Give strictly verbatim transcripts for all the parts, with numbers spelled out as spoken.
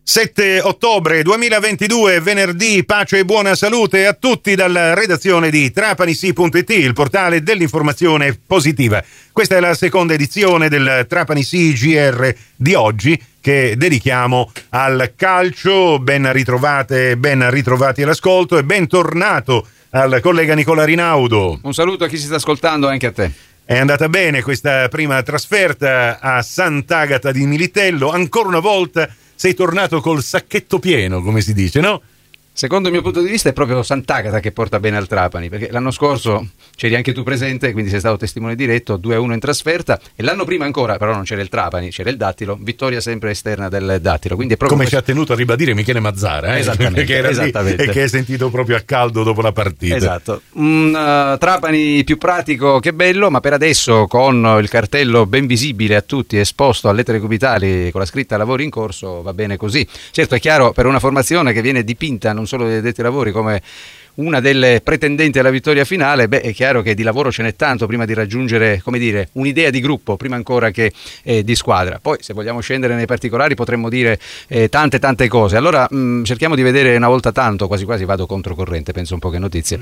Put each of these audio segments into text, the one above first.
sette ottobre duemilaventidue, venerdì, pace e buona salute a tutti dalla redazione di Trapani Sì punto it, il portale dell'informazione positiva. Questa è la seconda edizione del Trapani Sì G R di oggi, che dedichiamo al calcio. Ben ritrovate, ben ritrovati all'ascolto e bentornato al collega Nicola Rinaudo. Un saluto a chi si sta ascoltando, anche a te. È andata bene questa prima trasferta a Sant'Agata di Militello. Ancora una volta sei tornato col sacchetto pieno, come si dice, no? Secondo il mio punto di vista è proprio Sant'Agata che porta bene al Trapani, perché l'anno scorso c'eri anche tu presente, quindi sei stato testimone diretto, due a uno in trasferta, e l'anno prima ancora, però non c'era il Trapani, c'era il Dattilo, vittoria sempre esterna del Dattilo. Quindi è proprio come questo... ci ha tenuto a ribadire Michele Mazzara, eh? Esattamente, che era esattamente. E che hai sentito proprio a caldo dopo la partita. Esatto, un uh, Trapani più pratico che bello, ma per adesso con il cartello ben visibile a tutti, esposto a lettere cubitali con la scritta lavori in corso, va bene così. Certo, è chiaro, per una formazione che viene dipinta non solo dai detti lavori come una delle pretendenti alla vittoria finale, beh, è chiaro che di lavoro ce n'è tanto prima di raggiungere, come dire, un'idea di gruppo, prima ancora che eh, di squadra. Poi, se vogliamo scendere nei particolari, potremmo dire eh, tante tante cose. Allora mh, cerchiamo di vedere una volta tanto, quasi quasi vado controcorrente, penso un po' che notizie,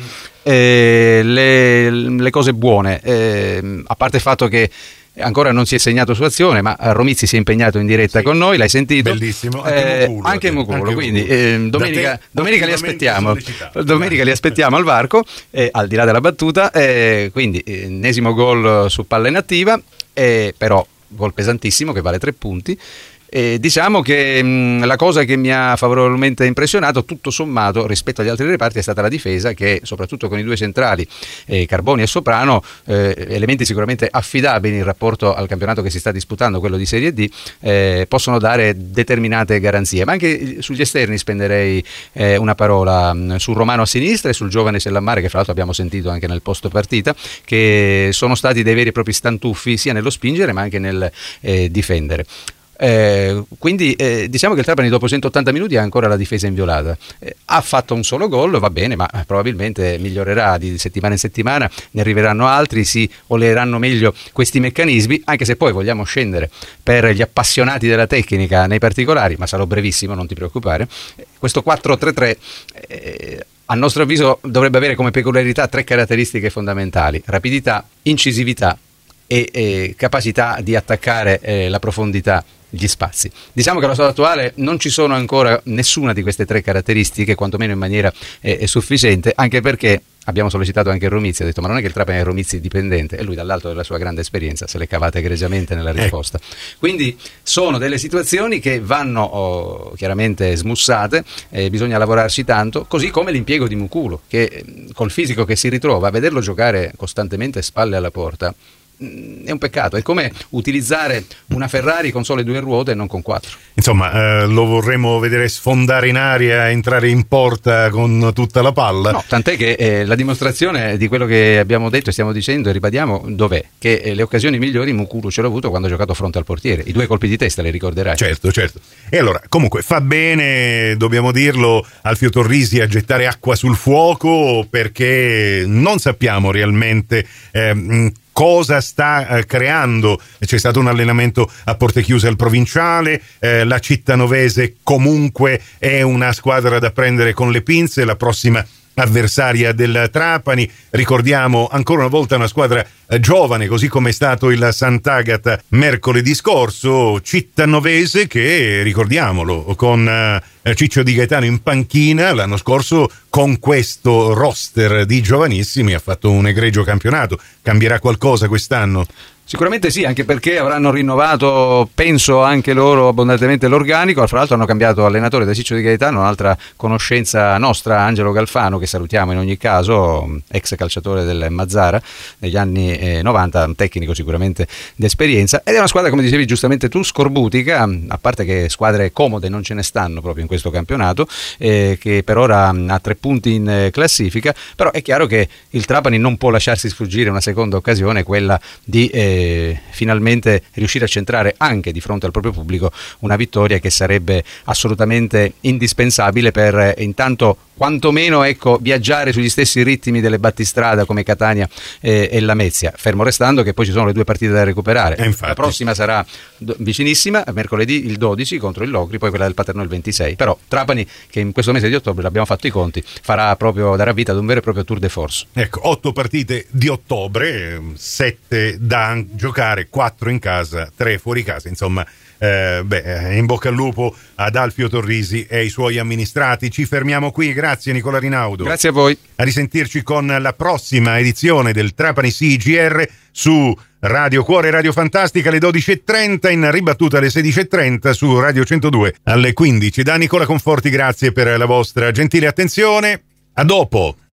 eh, le, le cose buone, eh, a parte il fatto che ancora non si è segnato su azione, ma Romizzi si è impegnato in diretta, sì, con noi, l'hai sentito? Bellissimo, anche eh, Muculo, anche Muculo, anche quindi eh, domenica, te, domenica li aspettiamo domenica li aspettiamo al varco, eh, al di là della battuta, eh, quindi ennesimo gol su palla inattiva, eh, però gol pesantissimo che vale tre punti. E diciamo che mh, la cosa che mi ha favorevolmente impressionato tutto sommato rispetto agli altri reparti è stata la difesa, che soprattutto con i due centrali eh, Carboni e Soprano, eh, elementi sicuramente affidabili in rapporto al campionato che si sta disputando, quello di Serie D, eh, possono dare determinate garanzie. Ma anche sugli esterni spenderei eh, una parola, mh, sul Romano a sinistra e sul giovane Sellammare, che fra l'altro abbiamo sentito anche nel post partita, che sono stati dei veri e propri stantuffi sia nello spingere ma anche nel eh, difendere. Eh, quindi eh, diciamo che il Trapani dopo centottanta minuti ha ancora la difesa inviolata, eh, ha fatto un solo gol, va bene, ma probabilmente migliorerà di settimana in settimana, ne arriveranno altri, si oleranno meglio questi meccanismi, anche se poi vogliamo scendere per gli appassionati della tecnica nei particolari, ma sarò brevissimo, non ti preoccupare. Questo quattro tre tre eh, a nostro avviso dovrebbe avere come peculiarità tre caratteristiche fondamentali: rapidità, incisività e eh, capacità di attaccare eh, la profondità, gli spazi. Diciamo che allo stato attuale non ci sono ancora nessuna di queste tre caratteristiche, quantomeno in maniera eh, sufficiente, anche perché abbiamo sollecitato anche Romizzi, ha detto ma non è che il Trapani è Romizzi dipendente, e lui dall'alto della sua grande esperienza se l'è cavata egregiamente nella risposta. Quindi sono delle situazioni che vanno oh, chiaramente smussate, eh, bisogna lavorarci tanto, così come l'impiego di Muculo, che col fisico che si ritrova, a vederlo giocare costantemente spalle alla porta è un peccato, è come utilizzare una Ferrari con sole due ruote e non con quattro. Insomma, eh, lo vorremmo vedere sfondare in aria, entrare in porta con tutta la palla. No, tant'è che eh, la dimostrazione di quello che abbiamo detto e stiamo dicendo e ribadiamo dov'è? Che eh, le occasioni migliori Muculo ce l'ha avuto quando ha giocato fronte al portiere, i due colpi di testa le ricorderai. Certo, certo. E allora, comunque, fa bene, dobbiamo dirlo, Alfio Torrisi a gettare acqua sul fuoco, perché non sappiamo realmente eh, cosa sta eh, creando. C'è stato un allenamento a porte chiuse al provinciale, eh, la cittanovese comunque è una squadra da prendere con le pinze, la prossima avversaria del Trapani, ricordiamo ancora una volta una squadra eh, giovane, così come è stato il Sant'Agata mercoledì scorso, cittanovese che, ricordiamolo, con eh, Ciccio Di Gaetano in panchina l'anno scorso, con questo roster di giovanissimi ha fatto un egregio campionato. Cambierà qualcosa quest'anno? Sicuramente sì, anche perché avranno rinnovato, penso anche loro, abbondantemente l'organico. Fra l'altro hanno cambiato allenatore da Ciccio Di Gaetano, un'altra conoscenza nostra, Angelo Galfano, che salutiamo in ogni caso, ex calciatore del Mazzara negli anni eh, novanta, un tecnico sicuramente di esperienza, ed è una squadra, come dicevi giustamente tu, scorbutica, a parte che squadre comode non ce ne stanno proprio in questo campionato, eh, che per ora ha tre punti in eh, classifica, però è chiaro che il Trapani non può lasciarsi sfuggire una seconda occasione, quella di eh, e finalmente riuscire a centrare anche di fronte al proprio pubblico una vittoria che sarebbe assolutamente indispensabile per eh, intanto quantomeno ecco, viaggiare sugli stessi ritmi delle battistrada come Catania eh, e Lamezia, fermo restando che poi ci sono le due partite da recuperare. La prossima sarà do- vicinissima, mercoledì il dodici contro il Locri, poi quella del Paternò il ventisei, però Trapani, che in questo mese di ottobre, l'abbiamo fatto i conti, farà proprio, darà vita ad un vero e proprio tour de force. Ecco, otto partite di ottobre, sette da giocare, quattro in casa, tre fuori casa, insomma. Eh, beh, in bocca al lupo ad Alfio Torrisi e ai suoi amministrati. Ci fermiamo qui, grazie Nicola Rinaudo. Grazie a voi. A risentirci con la prossima edizione del Trapani C G R su Radio Cuore, Radio Fantastica alle dodici e trenta, in ribattuta alle sedici e trenta su Radio centodue alle quindici. Da Nicola Conforti, grazie per la vostra gentile attenzione. A dopo.